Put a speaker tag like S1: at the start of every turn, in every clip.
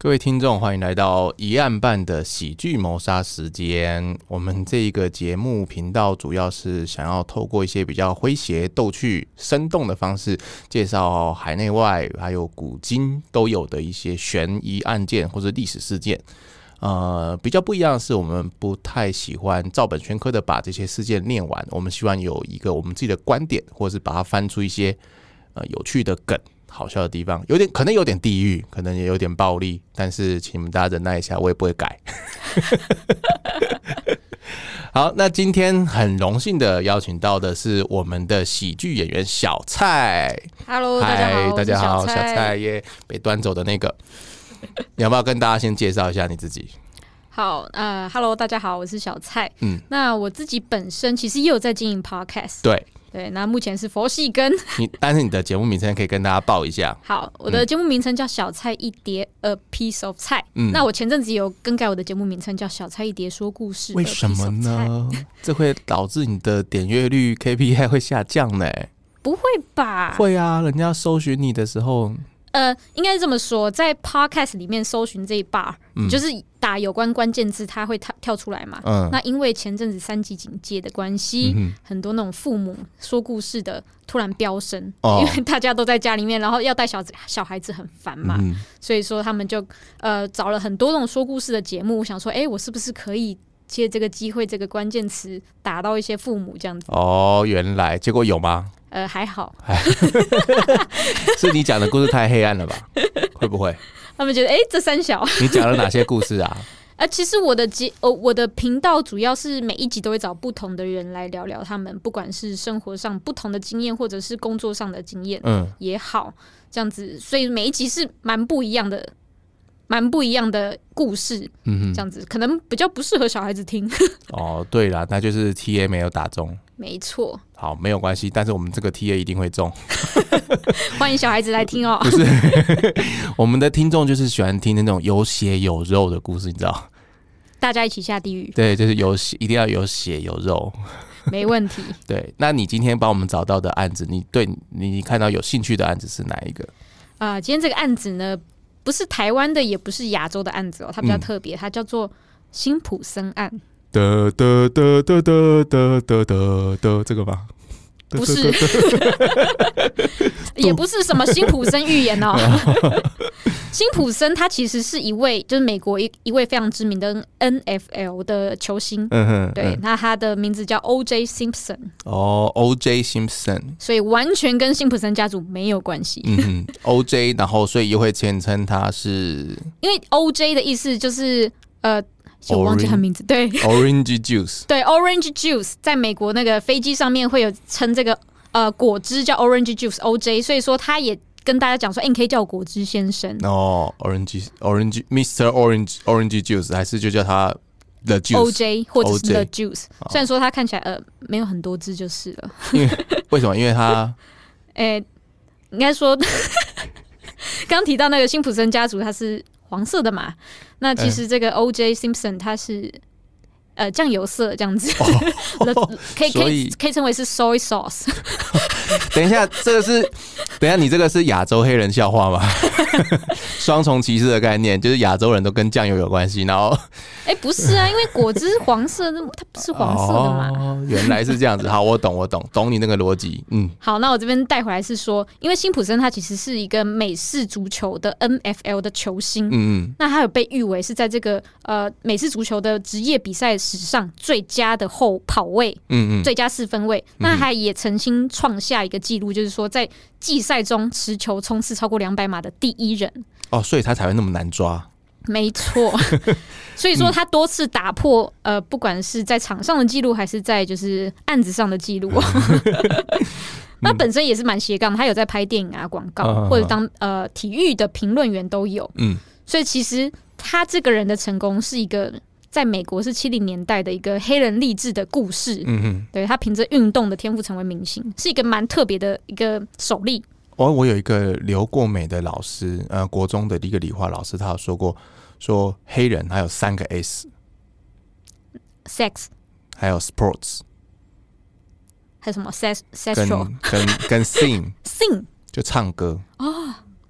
S1: 各位听众，欢迎来到一案半的喜剧谋杀时间。我们这个节目频道主要是想要透过一些比较诙谐、逗趣、生动的方式，介绍海内外还有古今都有的一些悬疑案件或者历史事件。比较不一样的是，我们不太喜欢照本宣科的把这些事件念完，我们希望有一个我们自己的观点，或者是把它翻出一些有趣的梗。好笑的地方可能有点地狱，可能也有点暴力，但是请你们大家忍耐一下，我也不会改。好，那今天很荣幸的邀请到的是我们的喜剧演员小蔡。
S2: Hello， 大家好，
S1: 大家好，
S2: 小
S1: 蔡耶，被端走的那个，你要不要跟大家先介绍一下你自己？
S2: 好，Hello， 大家好，我是小蔡。那我自己本身其实也有在经营 Podcast。对，那目前是佛系跟
S1: 但是你的节目名称可以跟大家报一下。
S2: 好，我的节目名稱叫小蔡一碟 A Piece of 菜。那我前阵子有更改我的节目名稱叫小蔡一碟说故事。
S1: 为什么呢？这会导致你的点阅率 KPI 会下降呢？
S2: 不会吧？
S1: 会啊，人家搜寻你的时候。
S2: 应该是这么说，在 Podcast 里面搜寻这一 bar，就是打有关关键字，它会跳出来嘛。那因为前阵子3级警戒的关系，很多那种父母说故事的突然飙升，因为大家都在家里面，然后要带小孩子很烦嘛，所以说他们就找了很多那种说故事的节目，我想说，我是不是可以借这个机会，这个关键词打到一些父母这样子？
S1: 哦，原来结果有吗？
S2: 还好，
S1: 是你讲的故事太黑暗了吧？会不会？
S2: 他们觉得这三小，
S1: 你讲了哪些故事啊？
S2: 其实我的频道主要是每一集都会找不同的人来聊聊他们，不管是生活上不同的经验，或者是工作上的经验，也好，这样子，所以每一集是蛮不一样的故事，这样子可能比较不适合小孩子听。
S1: 哦，对啦，那就是 TA 没有打中。
S2: 没错。
S1: 好，没有关系，但是我们这个 TA 一定会中。
S2: 欢迎小孩子来听哦。
S1: 不是，我们的听众就是喜欢听那种有血有肉的故事，你知道？
S2: 大家一起下地狱。对，
S1: 就是一定要有血有肉。
S2: 没问题。
S1: 对，那你今天帮我们找到的案子，你看到有兴趣的案子是哪一个？
S2: 今天这个案子呢，不是台湾的，也不是亚洲的案子哦，它比较特别，它叫做辛普森案。
S1: 这个吗？
S2: 不是，也不是什么辛普森预言哦。辛普森他其实是一位，就是美国一位非常知名的 NFL 的球星。对，那他的名字叫 O.J. Simpson。哦
S1: ，O.J. Simpson，
S2: 所以完全跟辛普森家族没有关系。
S1: O.J. 然后所以又会简称他是，
S2: 因为 O.J. 的意思就是我忘记他名字，对
S1: ，Orange Juice，
S2: 对 ，Orange Juice， 在美国那个飞机上面会有称这个果汁叫 Orange Juice OJ， 所以说他也跟大家讲说，你可以叫我果汁先生。
S1: Orange Mr. Orange Juice， 还是就叫他 The Juice
S2: OJ 或者是 The Juice， 虽然说他看起来没有很多汁就是了。
S1: 为什么？因为他
S2: 应该说刚提到那个辛普森家族，他是黄色的嘛，那其实这个 O.J. Simpson 他是酱油色这样子，可以称为是 soy sauce。
S1: 等一下，你这个是亚洲黑人笑话吗？双重歧视的概念，就是亚洲人都跟酱油有关系，然后
S2: 不是啊，因为果汁是黄色的，它不是黄色的嘛。
S1: 原来是这样子。好，我懂你那个逻辑。
S2: 好，那我这边带回来是说，因为辛普森他其实是一个美式足球的 NFL 的球星，那他有被誉为是在这个美式足球的职业比赛史上最佳的后跑位，最佳4分位。那他也曾经创下一个纪录，就是说在季赛中持球冲刺超过200码的第一人。
S1: 所以他才会那么难抓。
S2: 没错，所以说他多次打破不管是在场上的记录，还是在就是案子上的记录。那本身也是蛮斜杠，他有在拍电影啊、广告，或者当体育的评论员都有。所以其实他这个人的成功是一个在美国是70年代的一个黑人励志的故事。对，他凭着运动的天赋成为明星，是一个蛮特别的一个首例。
S1: 我有一个留过美的老师，国中的一个理化老师，他有说过，说黑人还有3个
S2: S，sex，
S1: 还有 sports，
S2: 还有什么 sexual
S1: 跟 sing
S2: ，sing
S1: 就唱歌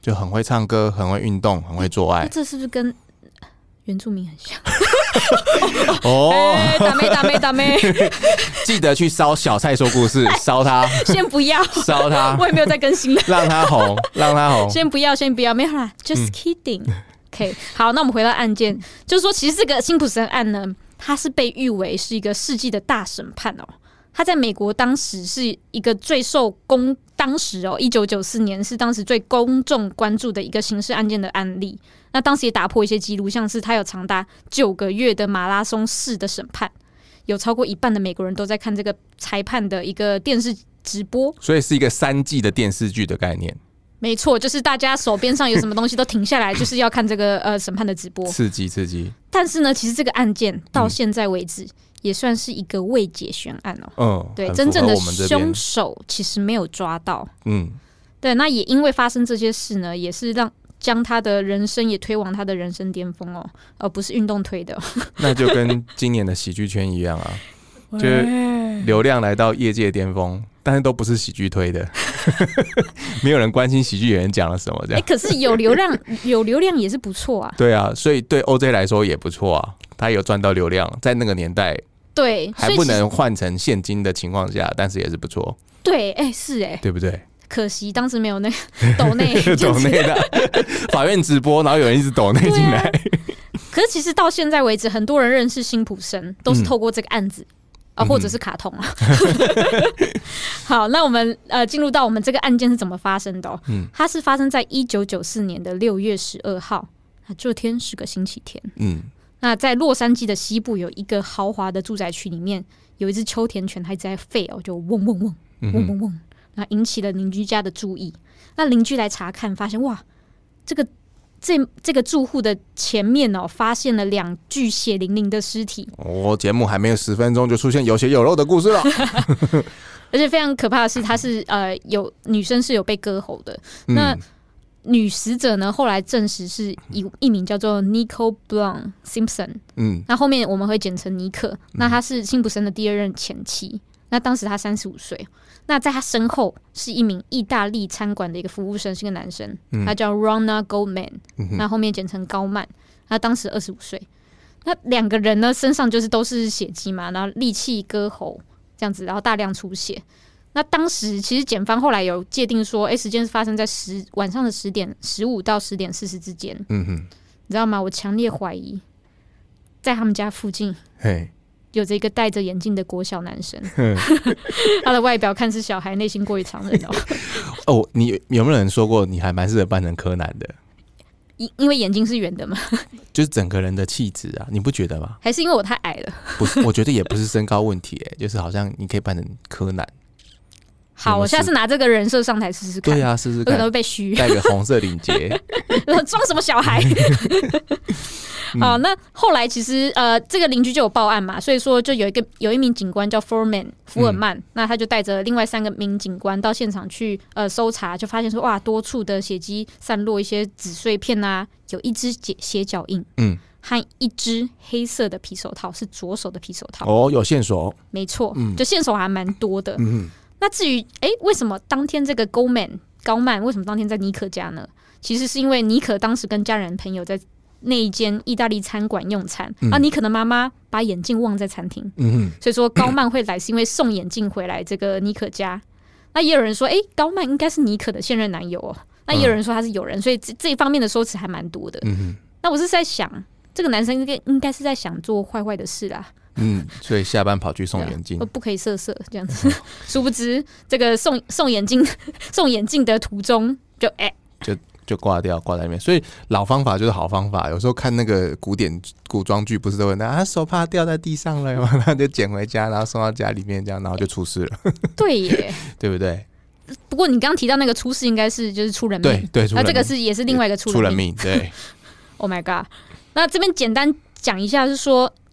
S1: 就很会唱歌，很会运动，很会做爱。
S2: 这是不是跟原住民很像？
S1: 哦，
S2: 打妹，
S1: 记得去烧小菜说故事，烧它，
S2: 先不要，
S1: 烧它，
S2: 我也没有在更新了，
S1: 让它红，让它红。
S2: 先不要，没有啦 ，just kidding。OK， 好，那我们回到案件，就是说，其实这个辛普森案呢，它是被誉为是一个世纪的大审判哦。它在美国当时是一个最受当时1994年是当时最公众关注的一个刑事案件的案例。那当时也打破一些记录，像是它有长达9个月的马拉松式的审判，有超过一半的美国人都在看这个裁判的一个电视直播，
S1: 所以是一个3季的电视剧的概念。
S2: 没错，就是大家手边上有什么东西都停下来，就是要看这个审判的直播，
S1: 刺激。
S2: 但是呢，其实这个案件到现在为止，也算是一个未解悬案哦。对，真正的凶手其实没有抓到。对，那也因为发生这些事呢，也是将他的人生也推往他的人生巅峰哦，而不是运动推的。
S1: 那就跟今年的喜剧圈一样啊，就是流量来到业界巅峰，但是都不是喜剧推的，没有人关心喜剧演员讲了什么这样。
S2: 可是有流量也是不错啊。
S1: 对啊，所以对 OJ 来说也不错啊，他有赚到流量，在那个年代，
S2: 对，
S1: 还不能换成现金的情况下，但是也是不错。
S2: 对，是
S1: 对不对？
S2: 可惜当时没有那个抖内
S1: 抖内的法院直播，然后有人一直抖内进来。
S2: 可是其实到现在为止，很多人认识辛普森都是透过这个案子。或者是卡通啊。好，那我们进入到我们这个案件是怎么发生的它是发生在1994年的6月12号，这天是个星期天。那在洛杉矶的西部有一个豪华的住宅区里面，有一只秋田犬，它一直在吠就嗡嗡嗡嗡嗡嗡，那引起了邻居家的注意。那邻居来查看，发现哇，这个住户的前面发现了2具血淋淋的尸体。
S1: 节目还没有10分钟就出现有血有肉的故事了。
S2: 而且非常可怕的是，他是女生是有被割喉的。那女死者呢，后来证实是一名叫做 Nicole Brown Simpson。那后面我们会简称尼克。那他是辛普森的第2任前妻。那当时他35岁。那在他身后是一名意大利餐馆的一个服务生，是个男生，他叫 Ronald Goldman，那后面简称高曼，他当时25岁。那2个人呢，身上就是都是血迹嘛，然后利器割喉这样子，然后大量出血。那当时其实检方后来有界定说，时间是发生在晚上的10点15到10点40之间。你知道吗？我强烈怀疑在他们家附近有着一个戴着眼镜的国小男生，他的外表看似小孩，内心过于常人
S1: 你有没有人说过你还蛮适合扮成柯南的？
S2: 因为眼睛是圆的嘛，
S1: 就是整个人的气质啊，你不觉得吗？
S2: 还是因为我太矮了？
S1: 不是，我觉得也不是身高问题，就是好像你可以扮成柯南。
S2: 好，我下次拿这个人设上台试试看。
S1: 对啊，试试看，
S2: 可能会被虚，
S1: 戴个红色领结，
S2: 装什么小孩？好，那后来其实这个邻居就有报案嘛，所以说就有一名警官叫福尔曼，那他就带着另外3名警官到现场去搜查，就发现说哇，多处的血迹散落一些纸碎片啊，有一只血脚印，和一只黑色的皮手套，是左手的皮手套。
S1: 有线索，
S2: 没错，就线索还蛮多的。那至于为什么当天这个高曼为什么当天在尼可家呢？其实是因为尼可当时跟家人朋友在那一间意大利餐馆用餐，尼可的妈妈把眼镜忘在餐厅，所以说高曼会来是因为送眼镜回来这个尼可家。那也有人说，高曼应该是尼可的现任男友那也有人说他是友人，所以这一方面的说辞还蛮多的。那我是在想，这个男生应该是在想做坏坏的事啦。
S1: 所以下班跑去送眼镜，
S2: 不可以色这样子。殊不知这个送眼镜的途中
S1: 就挂在那边。所以老方法就是好方法。有时候看那个古装剧，不是都会手帕掉在地上了嘛，他就捡回家，然后送到家里面，这样然后就出事了。
S2: 对耶，
S1: 对不对？
S2: 不过你刚刚提到那个出事，应该是就是出人命。
S1: 对，
S2: 那这个也是另外一个出人命。
S1: 对。
S2: Oh my god！ 那这边简单讲一下，是说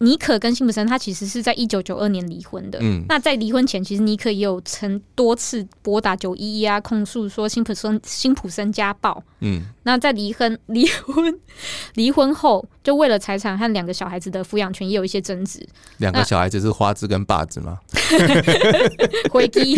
S2: 妮可跟辛普森他其实是在1992年离婚的。那在离婚前，其实妮可也有曾多次拨打911啊，控诉说辛普森家暴。那在离婚后，就为了财产和2个小孩子的抚养权也有一些争执。
S1: 2个小孩子是花枝跟把子吗？
S2: 回击。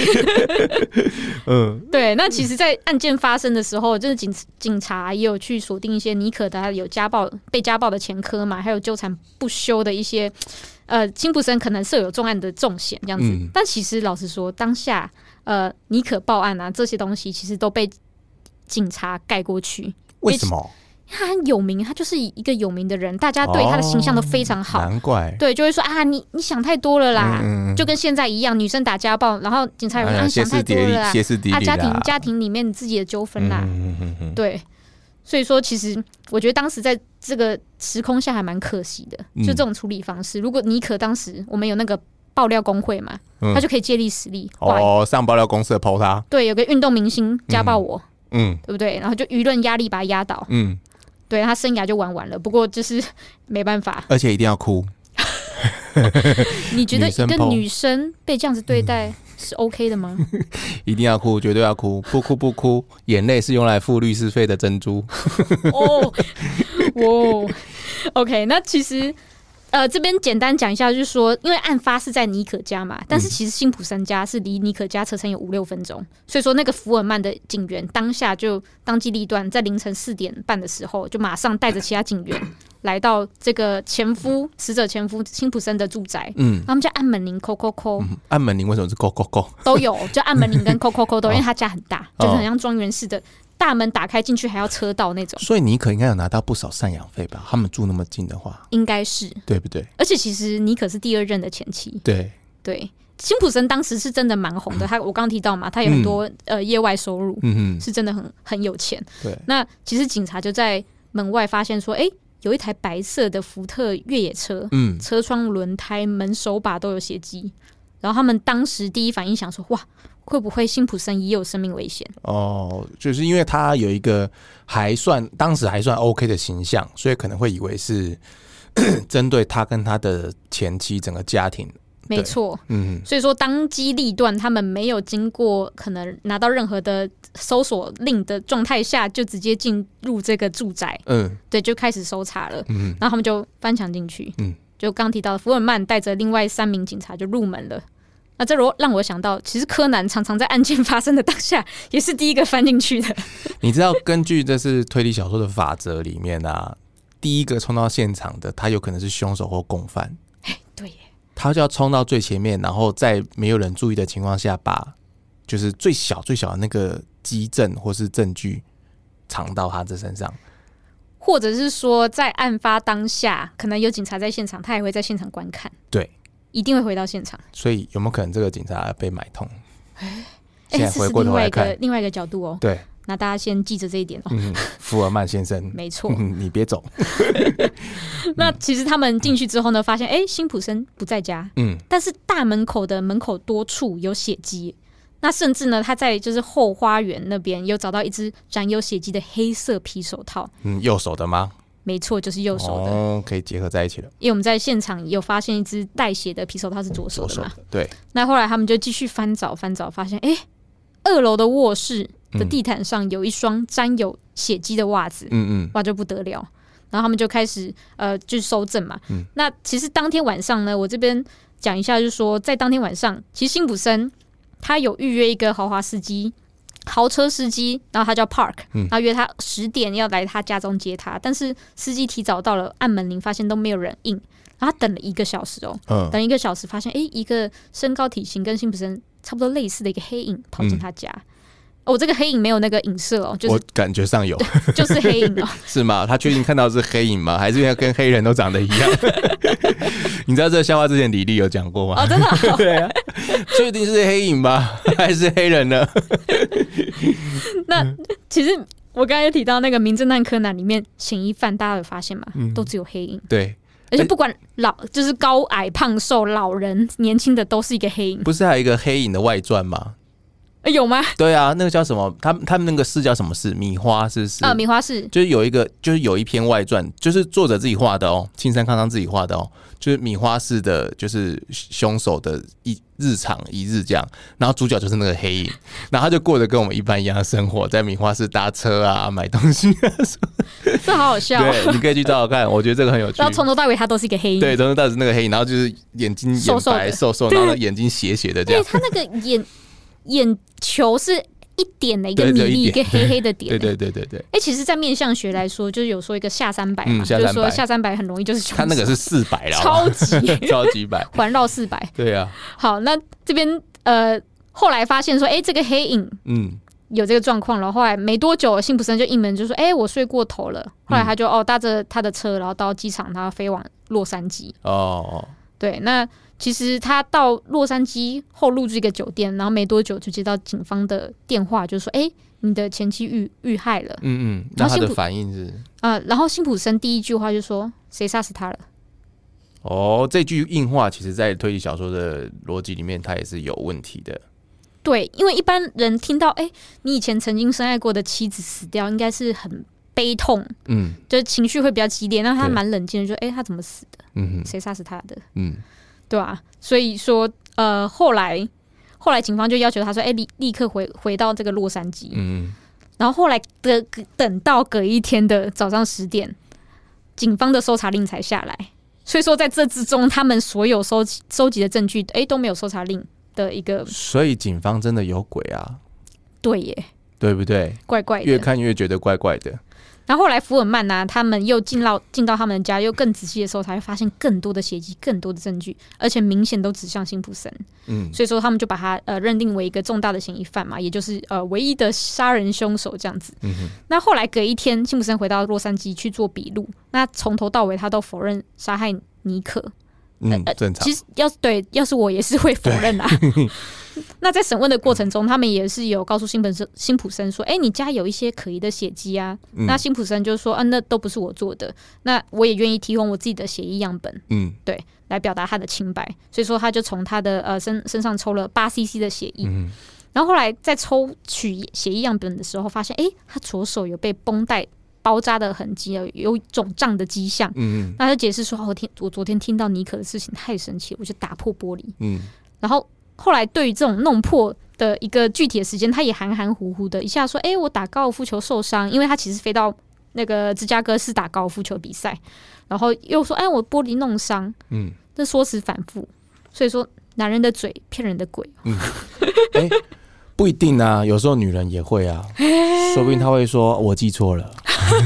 S2: 对。那其实，在案件发生的时候，就是警察也有去锁定一些妮可的他有被家暴的前科嘛，还有纠缠不休的一些辛普森可能设有重案的重嫌这样子。但其实老实说，当下妮可报案啊这些东西，其实都被警察盖过去。
S1: 为什么？
S2: 他很有名，他就是一个有名的人，大家对他的形象都非常好。
S1: 难怪。对，
S2: 就会说啊，你想太多了啦。就跟现在一样，女生打家暴，然后警察有人想太多了啦。歇斯底里啦。家庭里面自己的纠纷啦。对。所以说，其实我觉得当时在这个时空下还蛮可惜的，就这种处理方式。如果妮可当时我们有那个爆料工会嘛，他就可以借力使力。
S1: 上爆料公社抛他。
S2: 对，有个运动明星家暴我，对不对？然后就舆论压力把他压倒。对，他生涯就完了。不过就是没办法，
S1: 而且一定要哭。
S2: 你觉得一个女生被这样子对待是 OK 的吗？
S1: 一定要哭，绝对要哭，不哭不哭，眼泪是用来付律师费的珍珠。
S2: OK， 那其实这边简单讲一下，就是说，因为案发是在妮可家嘛，但是其实辛普森家是离妮可家车程有5-6分钟，所以说那个福尔曼的警员当下就当机立断，在凌晨4点半的时候，就马上带着其他警员来到这个死者前夫辛普森的住宅。他们叫按门铃扣扣扣。
S1: 按门铃为什么是扣扣扣？
S2: 都有，就按门铃跟扣扣扣都有，因为他家很大，就是很像庄园式的。大门打开进去还要车道那种，
S1: 所以妮可应该有拿到不少赡养费吧？他们住那么近的话，
S2: 应该是，对
S1: 不对？
S2: 而且其实妮可是第2任的前妻，对，辛普森当时是真的蛮红的，我刚刚提到嘛，他有很多业外收入，是真的很有钱。对，那其实警察就在门外发现说，有一台白色的福特越野车，车窗、轮胎、门手把都有血迹，然后他们当时第一反应想说，哇，会不会辛普森也有生命危险？
S1: 就是因为他有一个当时还算 OK 的形象，所以可能会以为是针对他跟他的前妻整个家庭。
S2: 没错，所以说当机立断，他们没有经过可能拿到任何的搜索令的状态下，就直接进入这个住宅，对，就开始搜查了，然后他们就翻墙进去，就刚提到的福尔曼带着另外3名警察就入门了。那这让我想到，其实柯南常常在案件发生的当下，也是第一个翻进去的。
S1: 你知道，根据这是推理小说的法则里面啊，第一个冲到现场的，他有可能是凶手或共犯。
S2: 对耶，
S1: 他就要冲到最前面，然后在没有人注意的情况下，把就是最小的那个基证或是证据藏到他这身上。
S2: 或者是说，在案发当下，可能有警察在现场，他也会在现场观看。对。一定会回到现场，
S1: 所以有没有可能这个警察被买通？现在回过头来看，
S2: 另外一个角度哦。对，那大家先记着这一点哦。
S1: 福尔曼先生，
S2: 没错，
S1: 你别走。
S2: 那其实他们进去之后呢，发现辛普森不在家，但是大门口的门口多处有血迹。那甚至呢，他在就是后花园那边有找到一只染有血迹的黑色皮手套。
S1: 右手的吗？
S2: 没错，就是右手的，
S1: 可以结合在一起了。
S2: 因为我们在现场有发现一只带血的皮手套是左手的嘛，
S1: 对。
S2: 那后来他们就继续翻找，发现2楼的卧室的地毯上有一双沾有血迹的袜子，哇，就不得了。然后他们就开始就搜证嘛。那其实当天晚上呢，我这边讲一下，就是说在当天晚上，其实辛普森他有预约一个豪车司机，然后他叫 Park， 然后约他10点要来他家中接他，但是司机提早到了，按门铃发现都没有人应，然后他等了1个小时等1个小时发现一个身高体型跟辛普森差不多类似的一个黑影跑进他家。这个黑影没有那个影射就是
S1: 我感觉上有，
S2: 就是黑影
S1: 是吗？他确定看到的是黑影吗？还是因为跟黑人都长得一样？你知道这个笑话之前李丽有讲过吗？
S2: 真的？
S1: 对啊，确定是黑影吗？还是黑人呢？
S2: 那其实我刚才提到那个《名侦探柯南》里面嫌疑犯，大家有发现吗？都只有黑影。对。而且不管就是高矮胖瘦、老人、年轻的，都是一个黑影。
S1: 不是还有一个黑影的外传吗？
S2: 有吗？
S1: 对啊，那个叫什么？他们那个寺叫什么寺？米花寺是
S2: 米花寺，
S1: 就是有一篇外传，就是作者自己画的哦，青山康昌自己画的哦，就是米花寺的，就是凶手的日常一日这样，然后主角就是那个黑影，然后他就过得跟我们一般一样的生活，在米花寺搭车啊、买东西啊，
S2: 这好好笑。
S1: 对，你可以去找找看，我觉得这个很有趣。
S2: 然后从头到尾他都是一个黑影，
S1: 对，从头到尾是那个黑影，然后就是眼睛眼白瘦瘦，然后眼睛斜斜的这样。
S2: 对，他那个眼球是一点的一个米粒，一个黑黑的点。
S1: 对。
S2: 其实，在面相学来说，就是有说一个下300嘛，就是说下300很容易就是凶手。
S1: 他那个是400了，超级白，
S2: 环绕400。对
S1: 啊。
S2: 好，那这边后来发现说，这个黑影有这个状况了。后来没多久，辛普森就应门就说，我睡过头了。后来他就搭着他的车，然后到机场，他飞往洛杉矶。对，那。其实他到洛杉矶后入住一个酒店，然后没多久就接到警方的电话，就说：“你的前妻遇害了。”
S1: 那他的反应是
S2: 然后辛普森第一句话就说：“谁杀死他了？”
S1: 这句硬话其实在推理小说的逻辑里面，它也是有问题的。
S2: 对，因为一般人听到你以前曾经深爱过的妻子死掉，应该是很悲痛，就是情绪会比较激烈。那他蛮冷静的，就他怎么死的？谁杀死他的？对吧？所以说，后来警方就要求他说，立刻回到这个洛杉矶。然后后来等到隔一天的早上10点，警方的搜查令才下来。所以说，在这之中，他们所有收集的证据，都没有搜查令的一个。
S1: 所以警方真的有鬼啊？
S2: 对耶，
S1: 对不对？
S2: 怪怪的，
S1: 越看越觉得怪怪的。
S2: 然后后来福尔曼他们又进到他们家，又更仔细的搜查，发现更多的血迹，更多的证据，而且明显都指向辛普森。所以说他们就把他认定为一个重大的嫌疑犯嘛，也就是唯一的杀人凶手这样子。那后来隔一天，辛普森回到洛杉矶去做笔录，那从头到尾他都否认杀害尼可。
S1: 正常。
S2: 其实要是我也是会否认啦。那在审问的过程中，他们也是有告诉辛普森说：“你家有一些可疑的血迹啊。”那辛普森就说：“那都不是我做的，那我也愿意提供我自己的血液样本。”对，来表达他的清白。所以说，他就从他的身上抽了8cc 的血液。然后后来在抽取血液样本的时候，发现他左手有被绷带包扎的痕迹，有肿胀的迹象。那他解释说：“我昨天听到尼可的事情太生气，我就打破玻璃。”然后后来对于这种弄破的一个具体的时间，他也含含糊糊的一下说：“我打高尔夫球受伤，因为他其实飞到那个芝加哥是打高尔夫球比赛，然后又说：我玻璃弄伤。”这说辞反复，所以说男人的嘴骗人的鬼。
S1: 不一定啊，有时候女人也会啊，说不定她会说我记错了。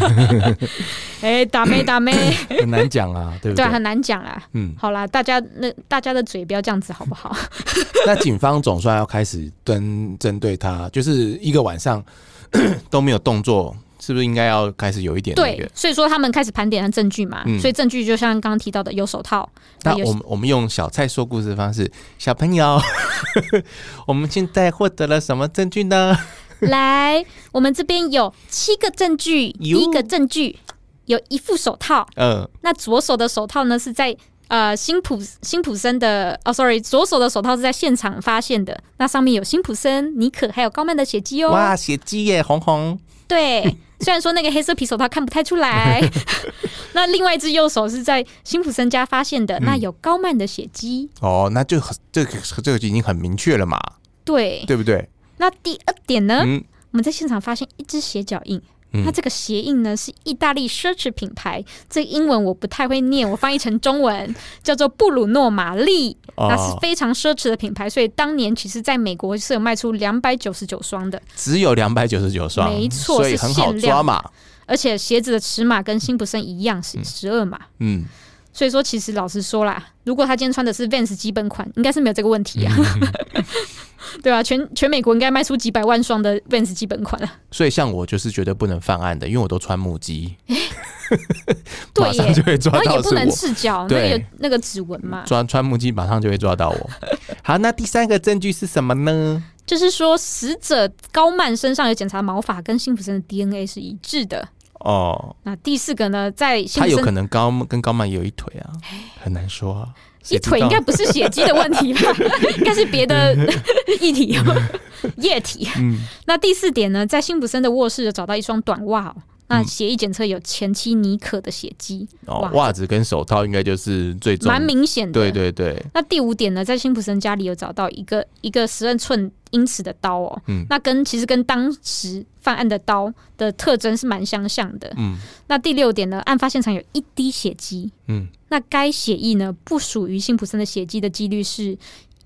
S2: 打妹
S1: 很难讲啊，对不对？
S2: 对，很难讲啦。好啦，大家的嘴不要这样子好不好？
S1: 那警方总算要开始针对他，就是一个晚上都没有动作，是不是应该要开始有一点
S2: 对？所以说他们开始盘点证据嘛。所以证据就像刚刚提到的，有手套。
S1: 那我们用小蔡说故事的方式，小朋友，我们现在获得了什么证据呢？
S2: 来，我们这边有7个证据。第一个证据有一副手套。那左手的手套呢是在辛普森的左手的手套是在现场发现的。那上面有辛普森、尼可还有高曼的血迹哦。
S1: 哇，血迹耶，红红。对，
S2: 虽然说那个黑色皮手套看不太出来。那另外一只右手是在辛普森家发现的，那有高曼的血迹。
S1: 那就这个已经很明确了嘛。对不对？
S2: 那第2点呢，我们在现场发现一只鞋脚印。那这个鞋印呢是意大利奢侈品牌，这个英文我不太会念，我翻译成中文叫做布鲁诺玛丽。那是非常奢侈的品牌，所以当年其实在美国是有卖出299双的，
S1: 只有299双，
S2: 没错，
S1: 所以很好抓嘛。
S2: 而且鞋子的尺码跟辛普森一样是12码。所以说其实老实说啦，如果他今天穿的是 Vans 基本款，应该是没有这个问题啊。对啊，全美国应该卖出几百万双的 Vans 基本款了。
S1: 所以像我就是绝对不能犯案的，因为我都穿木屐。
S2: 对耶，
S1: 马上就会抓到是我。
S2: 然后也不能赤脚，那个指纹嘛。
S1: 穿木屐马上就会抓到我。好，那第3个证据是什么呢？
S2: 就是说死者高曼身上有检查毛发跟辛普森的 DNA 是一致的。
S1: 哦，
S2: 那第4个呢，在辛普森
S1: 他有可能跟高曼也有一腿啊，很难说啊。
S2: 一腿应该不是血迹的问题吧？应该是别的液体液体。那第4点呢，在辛普森的卧室有找到一双短袜那血液检测有前妻妮可的血迹。
S1: 袜子跟手套应该就是最重，
S2: 蛮明显的。
S1: 对对对。
S2: 那第5点呢，在辛普森家里有找到一个12寸英尺的刀那其实跟当时犯案的刀的特征是蛮相像的。那第6点呢，案发现场有1滴血迹。那该血液呢不属于辛普森的血迹的几率是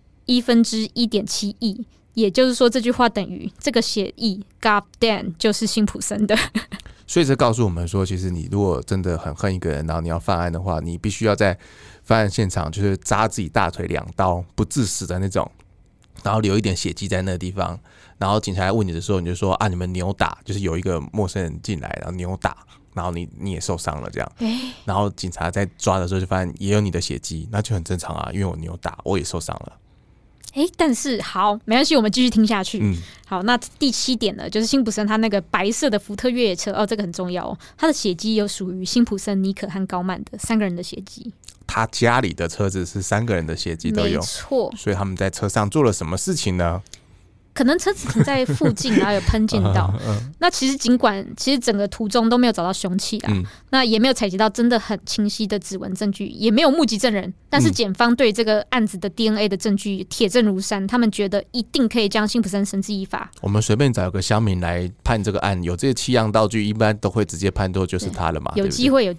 S2: 1/1.7亿，也就是说这句话等于这个血液 God damn 就是辛普森的。
S1: 所以这告诉我们说，其实你如果真的很恨一个人，然后你要犯案的话，你必须要在犯案现场就是扎自己大腿2刀，不致死的那种，然后留一点血迹在那个地方，然后警察来问你的时候，你就说啊，你们扭打，就是有一个陌生人进来，然后扭打，然后你也受伤了这样，然后警察在抓的时候就发现也有你的血迹，那就很正常啊，因为我扭打，我也受伤了。
S2: 但是好，没关系，我们继续听下去。好，那第7点呢，就是辛普森他那个白色的福特越野车这个很重要他的血迹有属于辛普森、妮可和高曼的3个人的血迹。他
S1: 家里的车子是3个人的血迹都有，
S2: 没错。
S1: 所以他们在车上做了什么事情呢？
S2: 可能车子停在附近，然后有喷溅到。那其实尽管整个途中都没有找到凶器啦，那也没有采集到真的很清晰的指纹证据，也没有目击证人，但是检方对这个案子的 DNA 的证据铁证如山，他们觉得一定可以将辛普森绳之以法。我
S1: 们随便找一个乡民来判这个案，有这些7样道具，一般都会直接判说就是他了嘛。
S2: 有机会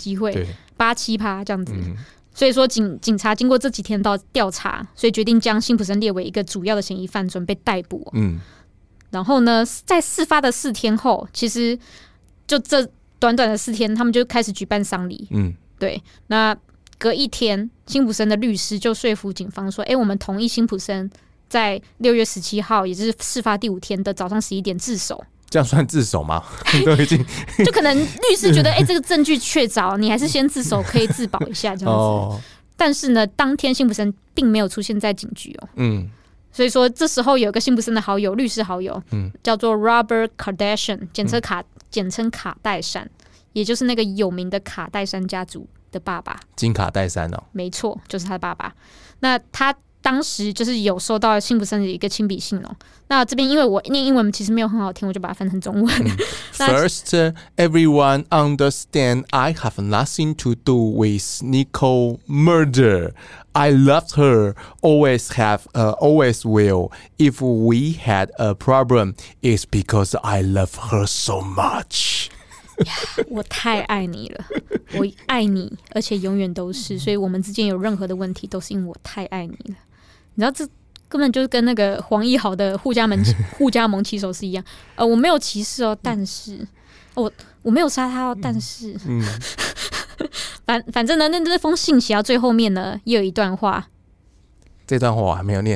S2: ，8-7%这样子。所以说警察经过这几天的调查，所以决定将辛普森列为一个主要的嫌疑犯，准备逮捕。然后呢，在事发的4天后，其实就这短短的4天，他们就开始举办丧礼。对。那隔1天，辛普森的律师就说服警方说：“我们同意辛普森在6月17号，也就是事发第5天的早上11点自首。”
S1: 这样算自首吗？都已经
S2: 就可能律师觉得这个证据确凿，你还是先自首可以自保一下这样子。但是呢，当天辛普森并没有出现在警局所以说这时候有一个辛普森的好友，律师好友叫做 Robert Kardashian， 简称卡戴珊，也就是那个有名的卡戴珊家族的爸爸，
S1: 金卡戴珊
S2: 没错，就是他的爸爸。那他当时就是有收到辛普森的一个亲笔信那这边因为我念英文其实没有很好听，我就把它翻成中文。
S1: First, everyone understand I have nothing to do with Nicole murder. I loved her, always have, always will. If we had a problem, it's because I love her so much.
S2: 我太爱你了，我爱你，而且永远都是，所以我们之间有任何的问题都是因为我太爱你了。你知道这根本就是跟那个黄义豪的互加盟骑手是一样。我没有歧视但是我没有杀他但是反正呢，那这封信写到最后面呢，也有一段话。
S1: 这段话我还没有念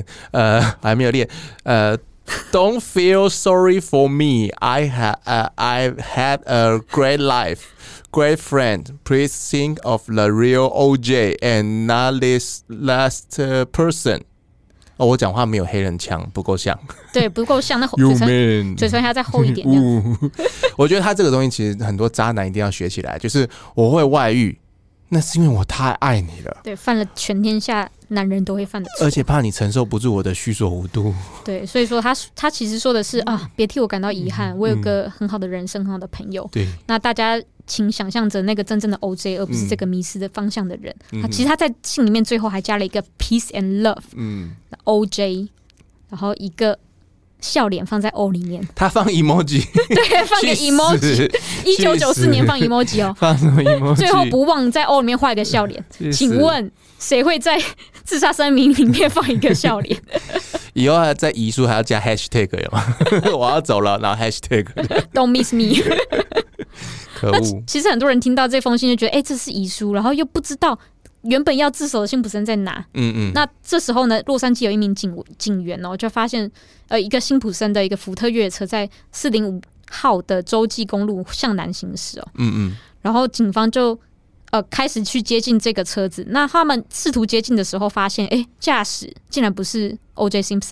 S1: Don't feel sorry for me. I've had a great life, great friend. Please think of the real OJ and not this last person. 我讲话没有黑人腔，不够像。
S2: 对，不够像，那嘴唇还要再厚一点。
S1: 我觉得他这个东西其实很多渣男一定要学起来，就是我会外遇，那是因为我太爱你了。
S2: 对，犯了全天下男人都会犯的错，
S1: 而且怕你承受不住我的虚索无度。
S2: 对，所以说他其实说的是别替我感到遗憾，我有个很好的人生，很好的朋友。对，那大家请想象着那个真正的 OJ， 而不是这个迷失的方向的人。其实他在信里面最后还加了一个 peace and love，OJ， 然后一个笑脸放在 O 里面，
S1: 他放 emoji，
S2: 对，放个 emoji，1994 年放 emoji
S1: 放什么 emoji？
S2: 最后不忘在 O 里面画一个笑脸。请问谁会在自杀声明里面放一个笑脸？
S1: 以后在遗书还要加 hashtag 有吗？我要走了，然后 hashtag
S2: Don't miss me 。
S1: 可恶！
S2: 其实很多人听到这封信就觉得，这是遗书，然后又不知道原本要自首的辛普森在哪。那这时候呢，洛杉矶有一名警员就发现一个辛普森的一个福特越野车在405号的洲际公路向南行驶然后警方就开始去接近这个车子。那他们试图接近的时候，发现驾驶竟然不是 O.J. Simpson，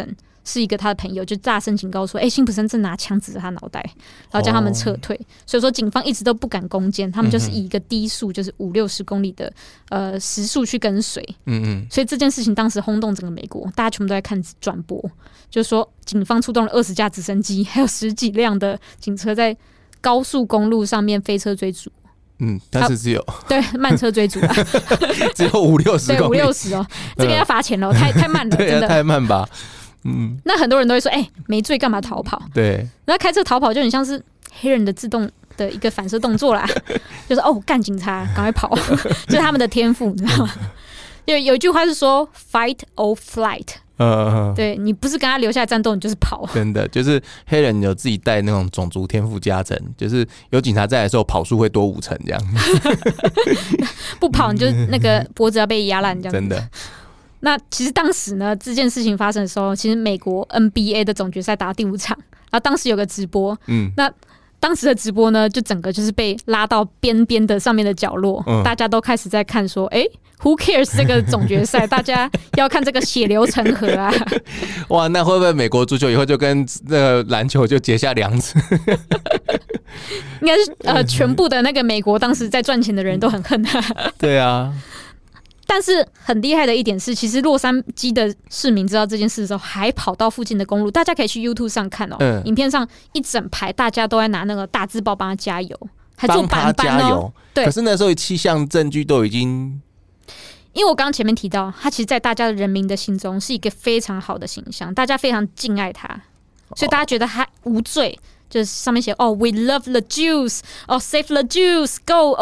S2: 是一个他的朋友，就大声警告说：“辛普森正拿枪指着他脑袋，然后叫他们撤退。所以说，警方一直都不敢攻坚，他们就是以一个低速，就是50-60公里的时速去跟随。所以这件事情当时轰动整个美国，大家全部都在看转播，就是说警方出动了20架直升机，还有10几辆的警车在高速公路上面飞车追逐。
S1: 但是只有
S2: 对慢车追逐啊，
S1: 只有50-60公里，
S2: 对50-60哦，这个要罚钱了，太慢了，真的
S1: 太慢吧。
S2: 那很多人都会说，没罪干嘛逃跑？对，那开车逃跑就很像是黑人的自动的一个反射动作啦，就是干警察，赶快跑，这是他们的天赋，你知道吗？有一句话是说 ，fight or flight。对，你不是跟他留下来战斗，你就是跑。
S1: 真的，就是黑人有自己带那种种族天赋加成，就是有警察在的时候，跑速会多5成这样。
S2: 不跑你就那个脖子要被压烂这样。
S1: 真的。
S2: 那其实当时呢，这件事情发生的时候，其实美国 NBA 的总决赛打到第5场，然后当时有个直播，那当时的直播呢，就整个就是被拉到边边的上面的角落，大家都开始在看说，Who cares 这个总决赛？大家要看这个血流成河啊！
S1: 哇，那会不会美国足球以后就跟那个篮球就结下梁子？
S2: 应该是全部的那个美国当时在赚钱的人都很恨他。
S1: 对啊。
S2: 但是很厉害的一点是，其实洛杉矶的市民知道这件事的时候，还跑到附近的公路，大家可以去 YouTube 上看影片上一整排大家都在拿那个大字报帮他加油，还做板板哦。
S1: 对，可是那时候气象证据都已经，
S2: 因为我刚刚前面提到，他其实在大家的人民的心中是一个非常好的形象，大家非常敬爱他，所以大家觉得他无罪。就是上面写We love the Jews， save the Jews，Go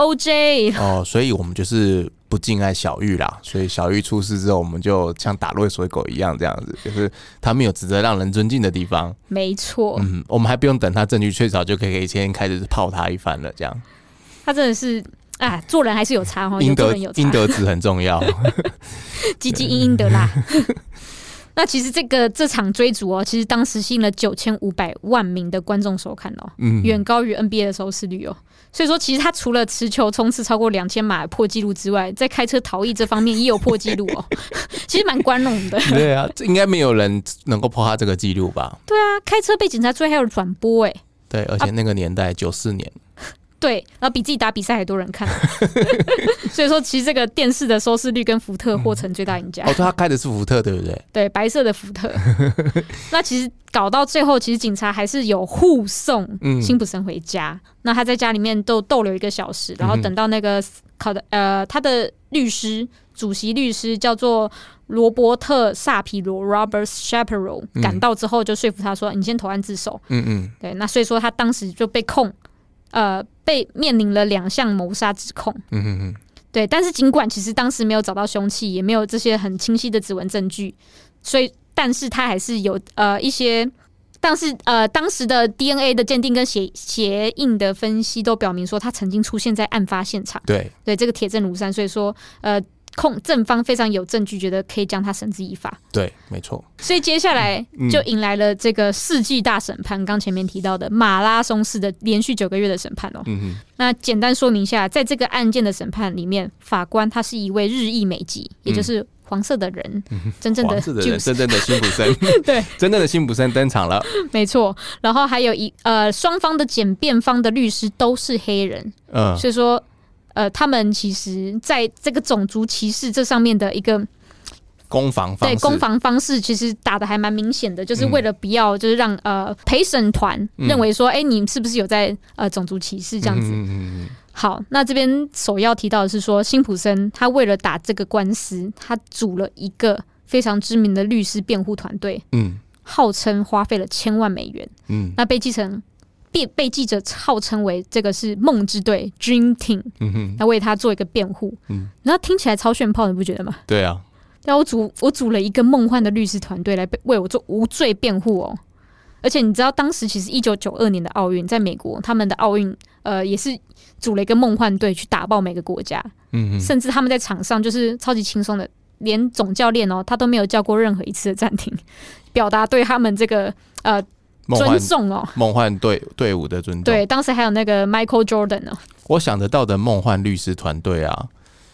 S2: OJ。
S1: 所以我们就是不敬爱小玉啦，所以小玉出事之后，我们就像打落水狗一样，这样子，就是他们有值得让人尊敬的地方。
S2: 没错，
S1: 我们还不用等他证据确凿，就可以先开始泡他一番了，这样。
S2: 他真的是做人还是有差哈，应
S1: 得值很重要，
S2: 积积阴德啦。那其实这场追逐其实当时吸引了9500万名的观众收看远高于 NBA 的收视率所以说，其实他除了持球冲刺超过2000码破纪录之外，在开车逃逸这方面也有破纪录其实蛮光荣的。
S1: 对啊，应该没有人能够破他这个纪录吧？
S2: 对啊，开车被警察追还有转播
S1: 对，而且那个年代94年。
S2: 对，然后比自己打比赛还多人看所以说其实这个电视的收视率跟福特或成最大赢家。
S1: 对，他开的是福特，对不对？
S2: 对，白色的福特。那其实搞到最后，其实警察还是有护送辛普森回家。那他在家里面都逗留1个小时，然后等到那个他的律师，主席律师叫做罗伯特萨皮罗 （Robert Shapiro） 赶到之后，就说服他说：“你先投案自首。”对，那所以说他当时就被面临了2项谋杀指控。对，但是尽管其实当时没有找到凶器，也没有这些很清晰的指纹证据，但是他还是有一些，当时的 DNA 的鉴定跟血印的分析都表明说他曾经出现在案发现场。对，这个铁证如山，所以说正方非常有证据，觉得可以将他绳之以法。
S1: 对，没错。
S2: 所以接下来就迎来了这个世纪大审判，刚前面提到的马拉松式的连续9个月的审判那简单说明一下，在这个案件的审判里面，法官他是一位日裔美籍，也就是黄色的人，真正的
S1: 辛普森，
S2: 对，
S1: 真正的辛普森登场了，
S2: 没错。然后还有双方的检辩方的律师都是黑人，所以说。他们其实在这个种族歧视这上面的一个
S1: 攻防
S2: 方式其实打得还蛮明显的，就是为了不要就是让陪审团认为说你是不是有在种族歧视这样子。好，那这边首要提到的是说，辛普森他为了打这个官司，他组了一个非常知名的律师辩护团队，号称花费了1000万美元，那被记者号称为这个是梦之队 Dream Team， 他为他做一个辩护，然后听起来超炫炮，你不觉得吗？
S1: 对啊，
S2: 我组了一个梦幻的律师团队来为我做无罪辩护而且你知道当时其实1992年的奥运在美国，他们的奥运也是组了一个梦幻队去打爆每个国家，甚至他们在场上就是超级轻松的，连总教练他都没有叫过任何一次的暂停，表达对他们这个尊重
S1: 梦幻队伍的尊重。
S2: 对，当时还有那个 Michael Jordan
S1: 我想得到的梦幻律师团队啊，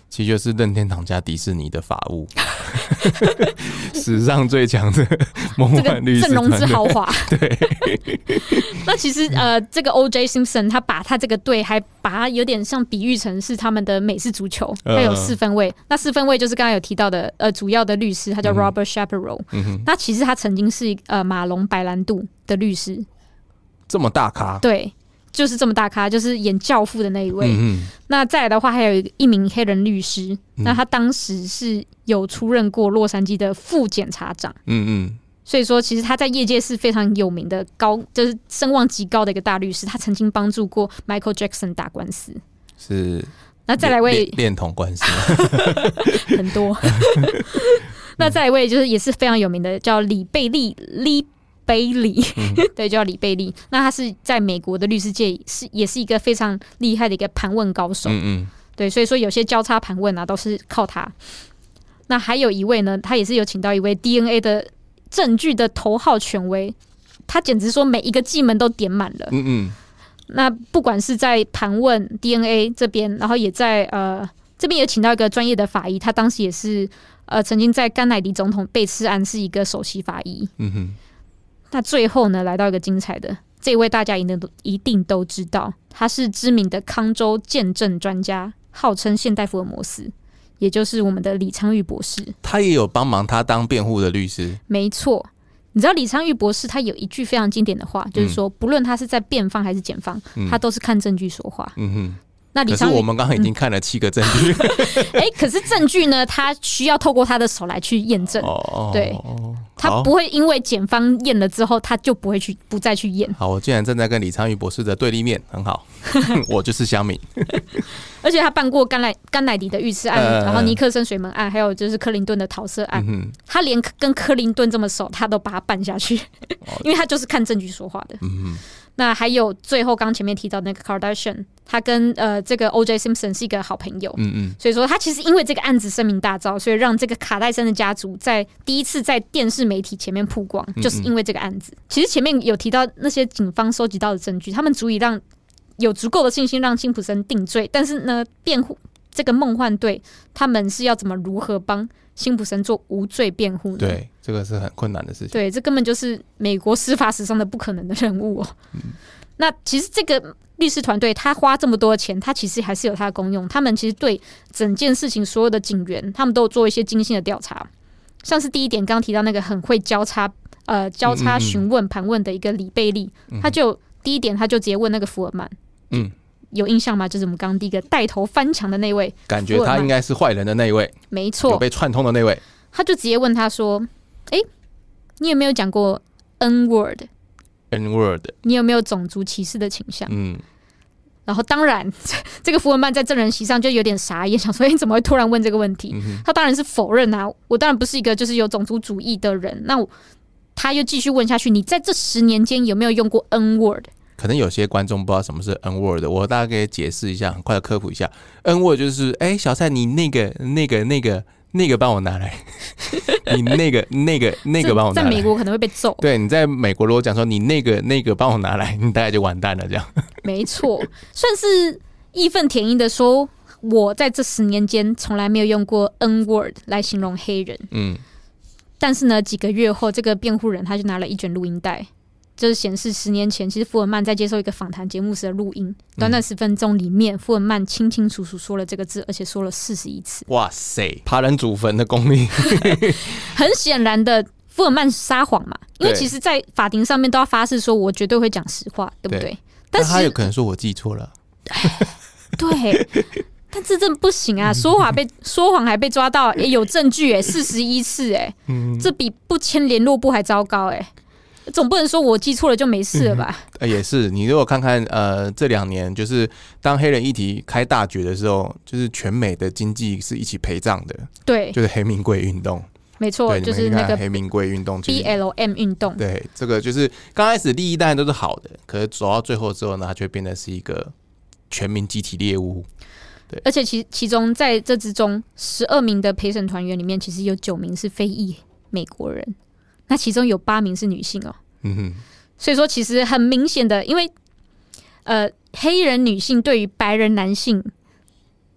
S1: 其实就是任天堂加迪士尼的法务，史上最强的梦幻律师团队，
S2: 阵容之豪华。
S1: 对，
S2: 那其实这个 O.J. Simpson 他把他这个队还把它有点像比喻成是他们的美式足球，他有四分卫。那四分卫就是刚才有提到的主要的律师，他叫 Robert Shapiro。那其实他曾经是马龙白兰度的律师，
S1: 这么大咖，
S2: 对。就是这么大咖，就是演教父的那一位。那再来的话，还有一名黑人律师，那他当时是有出任过洛杉矶的副检察长。所以说，其实他在业界是非常有名的就是声望极高的一个大律师。他曾经帮助过 Michael Jackson 打官司。
S1: 是。
S2: 那再来位
S1: 恋童官司，
S2: 很多。那再来位就是也是非常有名的，叫李贝利。贝利，对，叫李贝利。那他是在美国的律师界也是一个非常厉害的一个盘问高手。对，所以说有些交叉盘问啊，都是靠他。那还有一位呢，他也是有请到一位 DNA 的证据的头号权威，他简直说每一个技能都点满了。那不管是在盘问 DNA 这边，然后也在这边也请到一个专业的法医，他当时也是曾经在甘乃迪总统被刺案是一个首席法医。那最后呢，来到一个精彩的，这位大家一定都知道，他是知名的康州鉴证专家，号称现代福尔摩斯，也就是我们的李昌钰博士。
S1: 他也有帮忙他当辩护的律师。
S2: 没错，你知道李昌钰博士他有一句非常经典的话，就是说不论他是在辩方还是检方，他都是看证据说话。那可
S1: 是我们刚刚已经看了7个证据。
S2: 可是证据呢，他需要透过他的手来去验证。对。他不会因为检方验了之后，他就不再去验。
S1: 好，我竟然站在跟李昌钰博士的对立面，很好，我就是乡民。
S2: 而且他办过甘乃迪的遇刺案，然后尼克森水门案，还有就是克林顿的桃色案。他连跟克林顿这么熟，他都把他办下去，因为他就是看证据说话的。那还有最后刚前面提到那个 Kardashian， 他跟这个 O.J. Simpson 是一个好朋友。所以说他其实因为这个案子声名大噪，所以让这个卡戴珊的家族在第一次在电视媒体前面曝光，就是因为这个案子。其实前面有提到那些警方收集到的证据，他们足以让有足够的信心让辛普森定罪，但是呢，辩护这个梦幻队他们是要如何帮辛普森做无罪辩护呢？
S1: 对，这个是很困难的事情。
S2: 对，这根本就是美国司法史上的不可能的任务。那其实这个律师团队他花这么多钱，他其实还是有他的功用。他们其实对整件事情所有的警员，他们都有做一些精心的调查。像是第一点，刚刚提到那个很会交叉询问盘问的一个李贝利，他就第一点他就直接问那个福尔曼。有印象吗？就是我们刚刚第一个带头翻墙的那位，
S1: 感觉他应该是坏人的那一位。
S2: 没错，
S1: 有被串通的那位。
S2: 他就直接问他说：“你有没有讲过 N word？ 你有没有种族歧视的倾向？”然后当然，这个福尔曼在证人席上就有点傻眼，想说：“怎么会突然问这个问题？”他当然是否认啊，我当然不是一个就是有种族主义的人。那他又继续问下去：“你在这10年间有没有用过 N word？”
S1: 可能有些观众不知道什么是 N word， 我大概解释一下，很快的科普一下。N word 就是小蔡，你那个帮我拿来，你那个帮我拿来。
S2: 在美国可能会被揍。
S1: 对，你在美国如果讲说你那个帮我拿来，你大概就完蛋了，这样。
S2: 没错，算是义愤填膺的说，我在这10年间从来没有用过 N word 来形容黑人。但是呢，几个月后，这个辩护人他就拿了一卷录音带。就是显示10年前，其实福尔曼在接受一个访谈节目时的录音，短短10分钟里面，福尔曼清清楚楚说了这个字，而且说了41次。
S1: 哇塞，爬人祖坟的功力！
S2: 很显然的，福尔曼撒谎嘛，因为其实，在法庭上面都要发誓说，我绝对会讲实话，对不对？
S1: 但他有可能说我记错了。
S2: 对。但这真不行啊！说谎还被抓到，有证据41次，这比不签联络簿还糟糕，总不能说我记错了就没事了吧？
S1: 也是，你如果看看这2年，就是当黑人议题开大决的时候，就是全美的经济是一起陪葬的。对，就是黑名贵运动。
S2: 没错，就是那个
S1: 黑名贵运动
S2: BLM 运动。
S1: 对，这个就是刚开始利益当然都是好的，可是走到最后之后呢，它就会变得是一个全民集体猎物。对，而
S2: 且其中在这之中，12名的陪审团员里面，其实有9名是非裔美国人。那其中有8名是女性所以说其实很明显的，因为黑人女性对于白人男性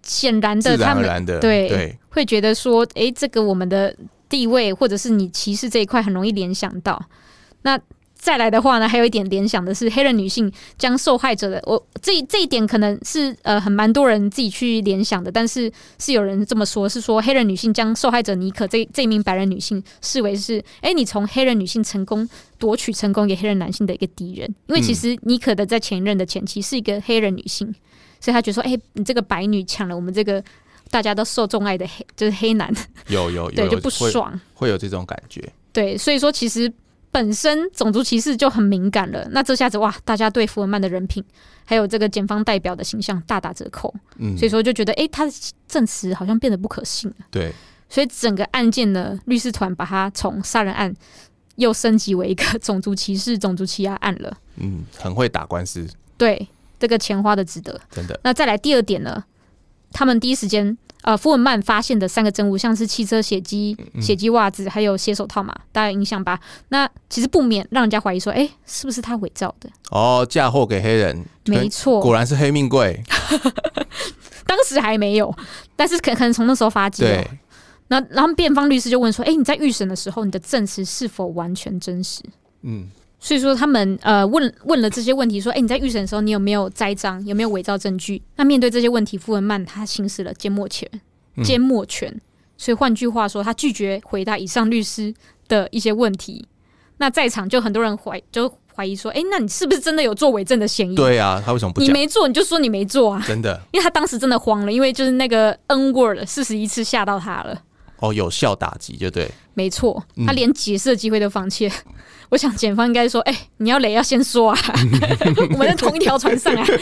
S2: 显然的，
S1: 自然而然的，
S2: 对，会觉得说，这个我们的地位或者是你歧视这一块很容易联想到。那再来的话呢，还有一点联想的是，黑人女性将受害者的，这一点可能是很蛮多人自己去联想的，但是有人这么说，是说黑人女性将受害者妮可这一名白人女性视为是，你从黑人女性夺取成功给黑人男性的一个敌人，因为其实妮可的在前任的前妻是一个黑人女性，所以他觉得说，你这个白女抢了我们这个大家都受众爱的就是黑男，
S1: 有
S2: 对，就不爽，
S1: 会有这种感觉，对，
S2: 所以说其实。本身种族歧视就很敏感了，那这下子哇，大家对福尔曼的人品还有这个检方代表的形象大打折扣，所以说就觉得他的证词好像变得不可信了。
S1: 对，
S2: 所以整个案件呢，律师团把它从杀人案又升级为一个种族歧视、种族欺压案了。
S1: 很会打官司。
S2: 对，这个钱花的值得，
S1: 真的。
S2: 那再来第二点呢，他们第一时间。福尔曼发现的3个证物，像是汽车血迹、袜子，还有血手套嘛，大家有印象吧？那其实不免让人家怀疑说，是不是他伪造的？
S1: 嫁祸给黑人，
S2: 没错，
S1: 果然是黑命贵。
S2: 当时还没有，但是可能从那时候发迹了。那然后辩方律师就问说，你在预审的时候，你的证词是否完全真实？所以说他们问了这些问题，说，你在预审的时候，你有没有栽赃，有没有伪造证据？那面对这些问题，福尔曼他行使了缄默权，所以换句话说，他拒绝回答以上律师的一些问题。那在场就很多人怀疑说，那你是不是真的有做伪证的嫌疑？
S1: 对啊，他为什么不讲？
S2: 你没做，你就说你没做啊！
S1: 真的，
S2: 因为他当时真的慌了，因为就是那个 N word 41次吓到他了。
S1: 有效打击就对，
S2: 没错，他连解释的机会都放弃了。我想检方应该说，你要雷要先说啊，我们在同一条船上啊。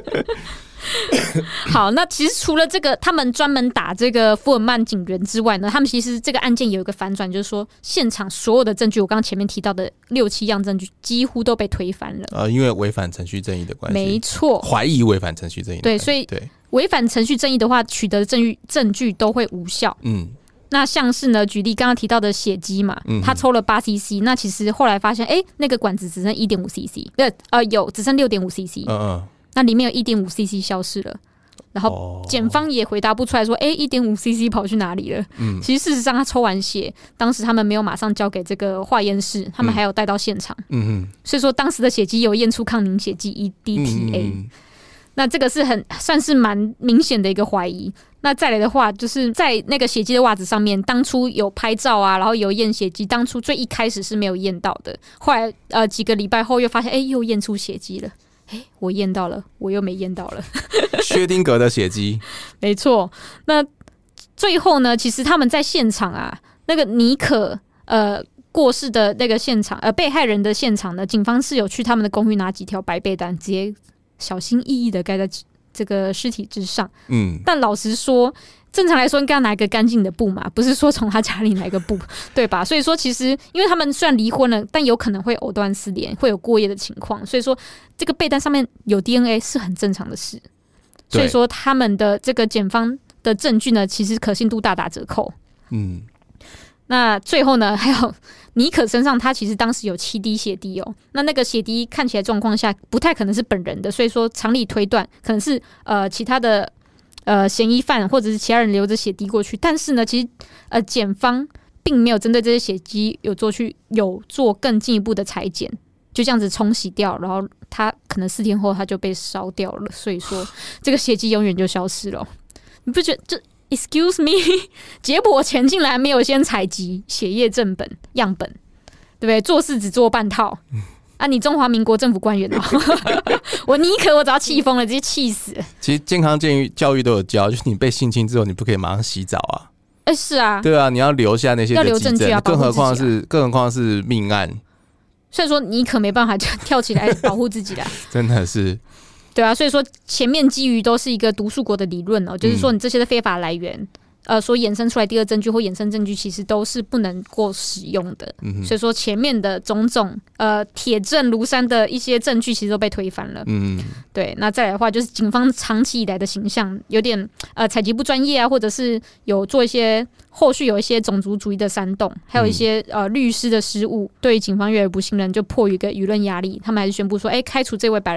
S2: 好，那其实除了这个，他们专门打这个福尔曼警员之外呢，他们其实这个案件有一个反转，就是说现场所有的证据，我刚刚前面提到的6-7样证据，几乎都被推翻了。因
S1: 为违反程序正义的关系，
S2: 没错，
S1: 怀疑违反程序正义的关系，
S2: 对，所以违反程序正义的话，取得证据都会无效。那像是呢，举例刚刚提到的血迹嘛，他抽了8cc，那其实后来发现，那个管子只剩1.5cc，只剩6.5cc，那里面有1.5cc 消失了，然后检方也回答不出来说，1.5cc 跑去哪里了？其实事实上，他抽完血，当时他们没有马上交给这个化验室，他们还有带到现场，所以说当时的血迹有验出抗凝血剂 EDTA。那这个是算是蛮明显的一个怀疑。那再来的话，就是在那个血迹的袜子上面，当初有拍照啊，然后有验血迹，当初最一开始是没有验到的，后来几个礼拜后又发现，又验出血迹了。我验到了，我又没验到了。
S1: 薛丁格的血迹，
S2: 没错。那最后呢，其实他们在现场啊，那个妮可过世的那个现场，被害人的现场呢，警方是有去他们的公寓拿几条白被单，直接小心翼翼的盖在这个尸体之上。但老实说，正常来说应该要拿一个干净的布嘛，不是说从他家里拿一个布，对吧？所以说其实因为他们虽然离婚了，但有可能会藕断丝连，会有过夜的情况，所以说这个被单上面有 DNA 是很正常的事。所以说他们的这个检方的证据呢，其实可信度大打折扣。那最后呢，还有妮可身上，他其实当时有7滴血滴哦。那个血滴看起来状况下不太可能是本人的，所以说常理推断可能是其他的嫌疑犯或者是其他人流着血滴过去。但是呢，其实检方并没有针对这些血迹有做更进一步的裁剪，就这样子冲洗掉，然后他可能4天后他就被烧掉了。所以说这个血迹永远就消失了。你不觉得这？Excuse me， 解剖前竟然没有先采集血液样本，对不对？做事只做半套啊！你中华民国政府官员哦，我妮可我早要气疯了，直接气死了。
S1: 其实健康教育都有教，就是你被性侵之后，你不可以马上洗澡啊。
S2: 是啊，
S1: 对啊，你要留下那些
S2: 要留证据啊，
S1: 更何况是命案。
S2: 所以说妮可没办法就跳起来保护自己啦，
S1: 真的是。
S2: 对啊，所以说前面基于都是一个毒树国的理论哦，就是说你这些的非法来源，所衍生出来第二证据或衍生证据，其实都是不能够使用的。所以说前面的种种铁证如山的一些证据，其实都被推翻了。对。那再来的话，就是警方长期以来的形象有点采集不专业啊，或者是有做一些后续有一些种族主义的煽动，还有一些律师的失误，对于警方越来越不信任，就迫于一个舆论压力，他们还是宣布说，开除这位白人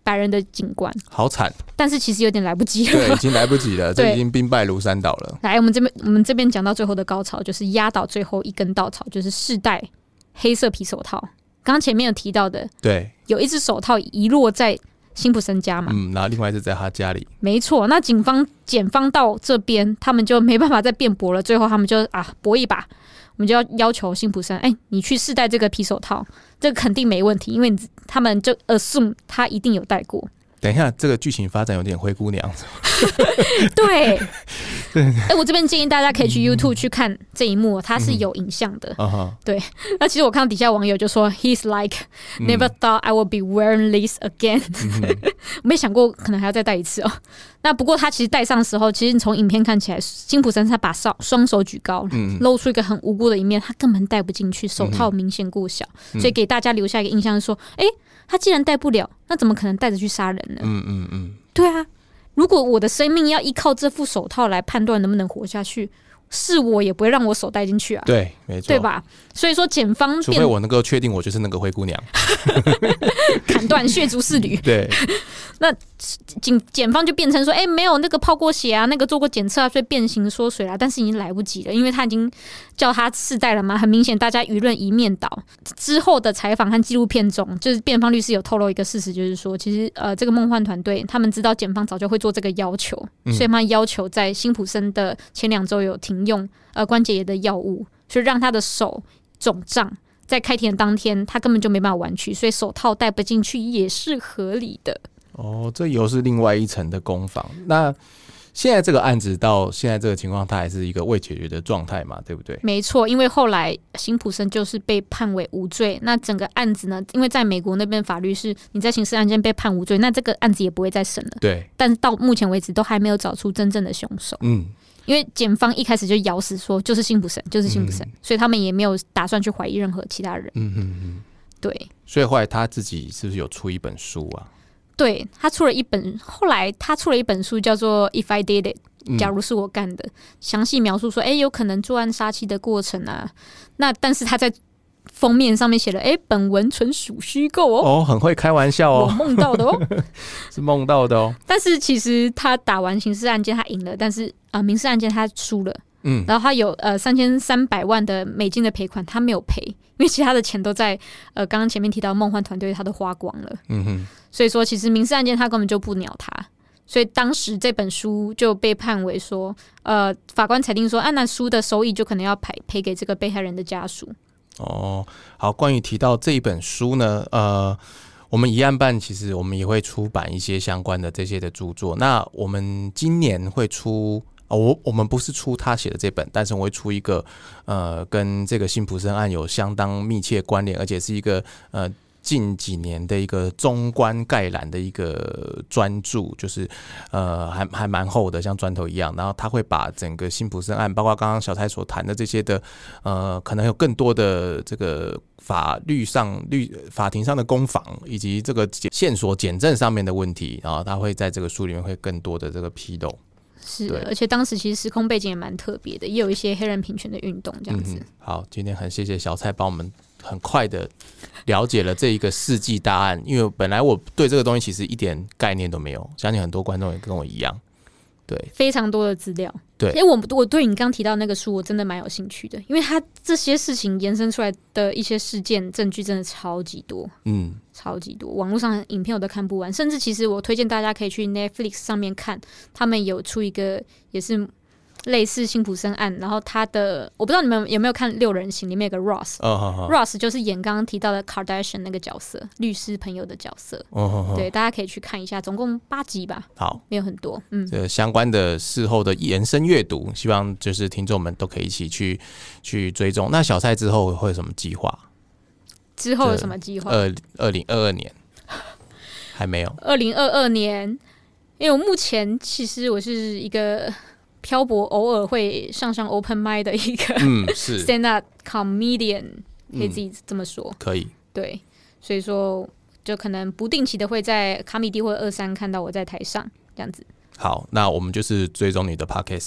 S2: 白人的警官，
S1: 好惨。
S2: 但是其实有点来不及了，
S1: 对，已经来不及了，这已经兵败如山倒了。
S2: 来，我们这边讲到最后的高潮，就是压倒最后一根稻草，就是世代黑色皮手套。刚刚前面有提到的，
S1: 对，
S2: 有一只手套遗落在辛普森家嘛，
S1: 然后另外是在他家里，
S2: 没错。那检方到这边，他们就没办法再辩驳了，最后他们就搏一把，我们就要求辛普森，你去试戴这个皮手套，这个肯定没问题，因为他们就 assume 他一定有戴过。
S1: 等一下，这个剧情发展有点灰姑娘。
S2: 对，我这边建议大家可以去 YouTube 去看这一幕，它是有影像的。对，那其实我看到底下网友就说 ，He's like never thought I would be wearing this again 。没想过可能还要再戴一次哦。那不过他其实戴上的时候，其实你从影片看起来，辛普森他把双手举高，露出一个很无辜的一面，他根本戴不进去，手套明显过小，所以给大家留下一个印象是说，他既然戴不了，那怎么可能带着去杀人呢？对啊，如果我的生命要依靠这副手套来判断能不能活下去，是我也不会让我手戴进去啊。
S1: 对，没错，
S2: 对吧？所以说检方
S1: 除非我能够确定我就是那个灰姑娘，
S2: 砍断血族侍女。
S1: 对，
S2: 那检方就变成说，没有那个泡过血啊，那个做过检测啊，所以变形缩水啦，但是已经来不及了，因为他已经叫他试戴了嘛，很明显大家舆论一面倒。之后的采访和纪录片中，就是辩方律师有透露一个事实，就是说，其实这个梦幻团队他们知道检方早就会做这个要求，所以他们要求在辛普森的前2周有停用关节炎的药物，所以让他的手肿胀。在开庭的当天，他根本就没办法弯曲，所以手套戴不进去也是合理的。
S1: 这又是另外一层的攻防。那现在这个案子到现在这个情况，它还是一个未解决的状态嘛，对不对？
S2: 没错，因为后来辛普森就是被判为无罪。那整个案子呢，因为在美国那边法律是你在刑事案件被判无罪，那这个案子也不会再审了。
S1: 对，
S2: 但是到目前为止都还没有找出真正的凶手。因为检方一开始就咬死说就是辛普森，就是辛普森，所以他们也没有打算去怀疑任何其他人。对。
S1: 所以后来他自己是不是有出一本书啊？
S2: 对，后来他出了一本书叫做《If I Did It》，假如是我干的，详细描述说，有可能作案杀妻的过程啊。那但是他在封面上面写了，本文纯属虚构哦。
S1: 很会开玩笑哦，
S2: 我梦到的哦，
S1: 是梦到的哦。但
S2: 是其实他打完刑事案件他赢了，但是民事案件他输了。然后他有3300万的美金的赔款，他没有赔，因为其他的钱都在刚刚前面提到梦幻团队他都花光了。所以说其实民事案件他根本就不鸟他，所以当时这本书就被判为说法官裁定说，那书的收益就可能要赔给这个被害人的家属。
S1: 好，关于提到这一本书呢，我们疑案办其实我们也会出版一些相关的这些的著作。那我们今年会出我们不是出他写的这本，但是我会出一个跟这个辛普森案有相当密切关联，而且是一个近几年的一个中观概览的一个专著，就是还蛮厚的，像砖头一样。然后他会把整个辛普森案，包括刚刚小蔡所谈的这些的可能有更多的这个法庭上的攻防，以及这个线索检证上面的问题，然后他会在这个书里面会更多的这个披露。
S2: 是，而且当时其实时空背景也蛮特别的，也有一些黑人平权的运动这样子。
S1: 好，今天很谢谢小蔡帮我们很快的了解了这一个世纪大案，因为本来我对这个东西其实一点概念都没有，相信很多观众也跟我一样。对，
S2: 非常多的资料。
S1: 对，
S2: 我对你刚提到那个书，我真的蛮有兴趣的，因为它这些事情延伸出来的一些事件证据真的超级多，超级多，网络上影片我都看不完，甚至其实我推荐大家可以去 Netflix 上面看，他们有出一个也是类似辛普森案，然后他的我不知道你们有没有看6人行，里面有个 Ross，Ross 就是演刚刚提到的 Kardashian 那个角色，律师朋友的角色。对，大家可以去看一下，总共8集吧。好，没有很多。
S1: 这相关的事后的延伸阅读，希望就是听众们都可以一起去追踪。那小蔡之后会有什么计划？
S2: 之后有什么计划
S1: ？2022年还没有。
S2: 2022年，因为我目前其实我是一个漂泊，偶尔会上 open mic 的一个
S1: 是
S2: stand up comedian，可以自己这么说。
S1: 可以。
S2: 对，所以说就可能不定期的会在卡米蒂或23看到我在台上这样子。
S1: 好，那我们就是追踪你的 podcast。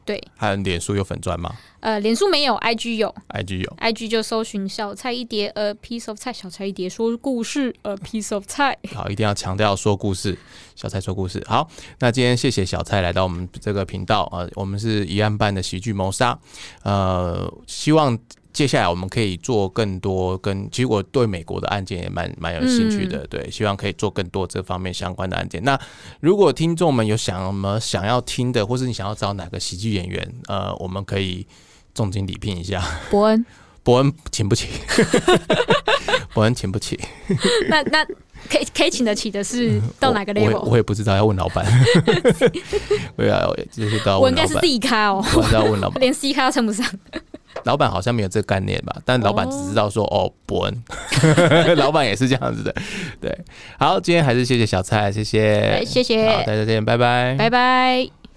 S2: 对，
S1: 还有脸书有粉专吗？
S2: 脸书没有 ，IG 有
S1: ，IG
S2: 就搜寻小菜一碟，a piece of 菜，小菜一碟说故事，a piece of 菜。
S1: 好，一定要强调说故事，小菜说故事。好，那今天谢谢小菜来到我们这个频道我们是疑案办的喜剧谋杀，希望接下来我们可以做更多其实我对美国的案件也蛮有兴趣的，对，希望可以做更多这方面相关的案件。那如果听众们有想要听的，或是你想要找哪个喜剧演员，我们可以重金礼聘一下。伯恩请不起，伯恩请不起。
S2: 那可以请得起的是到哪个 level？
S1: 我也不知道，要问老板。这些都要问老板。
S2: 我应该是 C 咖哦，
S1: 我要问老板，
S2: 连 C 咖都称不上。
S1: 老板好像没有这个概念吧，但老板只知道说伯恩，老板也是这样子的。对，好，今天还是谢谢小蔡，谢谢，
S2: 谢谢，
S1: 好，大家再见，拜拜，
S2: 拜拜。